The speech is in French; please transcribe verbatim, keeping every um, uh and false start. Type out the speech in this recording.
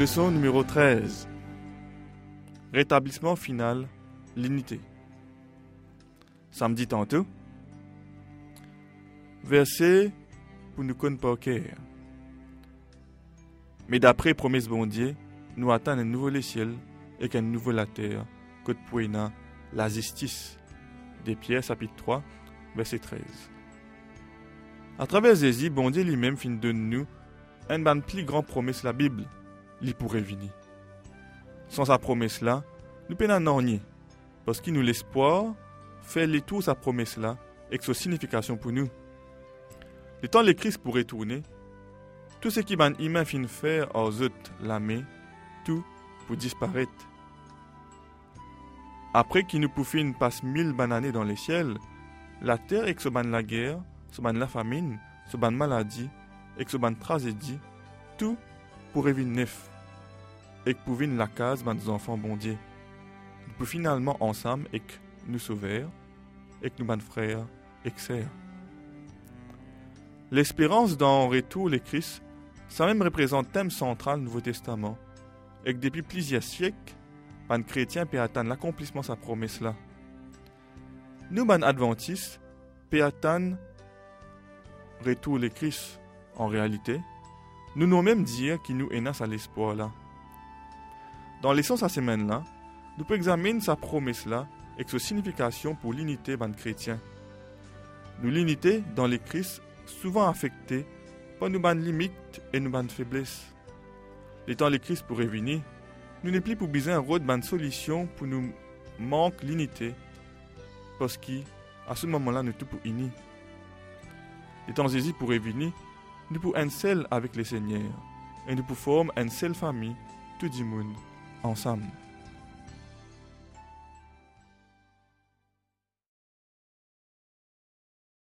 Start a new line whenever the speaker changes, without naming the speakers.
Leçon numéro treize. Rétablissement final, l'unité. Samedi tantôt. Verset pour nous connaître par cœur. Mais d'après promesse bon Dieu, nous attendons un nouveau les ciels et qu'un nouveau la terre, que pour la justice. Des Pierre, chapitre trois, verset treize. À travers Jésus, bon Dieu lui-même fin de nous une ban plus grande promesse la Bible, lui pourrait venir. Sans sa promesse là, nous peinons à nier, parce qu'il nous l'espoir fait les tours sa promesse là et que sa signification pour nous. Le temps le Christ pourrait tourner, tout ce qui ban humain fin faire aux autres la main, tout pour disparaître. Après qu'il nous poufine passe mille ban années dans les ciels, la terre et que se ban la guerre, se ban la famine, se ban maladie, et que se ban tragédie, tout pourrait venir neuf. Et que pour venir la case ban des enfants bon Dieu. Nous pouvons finalement ensemble et que nous sauver, et que nous ban frères et que sœurs. L'espérance dans retour les Christ, ça même représente thème central du Nouveau Testament, et que depuis plusieurs siècles, ban chrétien peut attendre l'accomplissement de sa promesse là. Nous ban adventistes peut attendre retour les Christ. En réalité, nous nous même dire qu'il nous énasse à l'espoir là. Dans l'essence de cette semaine là, nous pouvons examiner sa promesse là et sa signification pour l'unité ban chrétien. Nous l'unité dans les Christ souvent affectée par nos ban limites et nos ban faiblesses. Les temps les Christ pourraient venir, nous n'est plus pour besoin un road ban solution pour nous manque l'unité, parce qu'à ce moment-là nous tout pour unis. Les temps Jésus pourraient venir, nous pour un seul avec les Seigneurs, et nous pour former une seule famille, tout du monde, ensemble.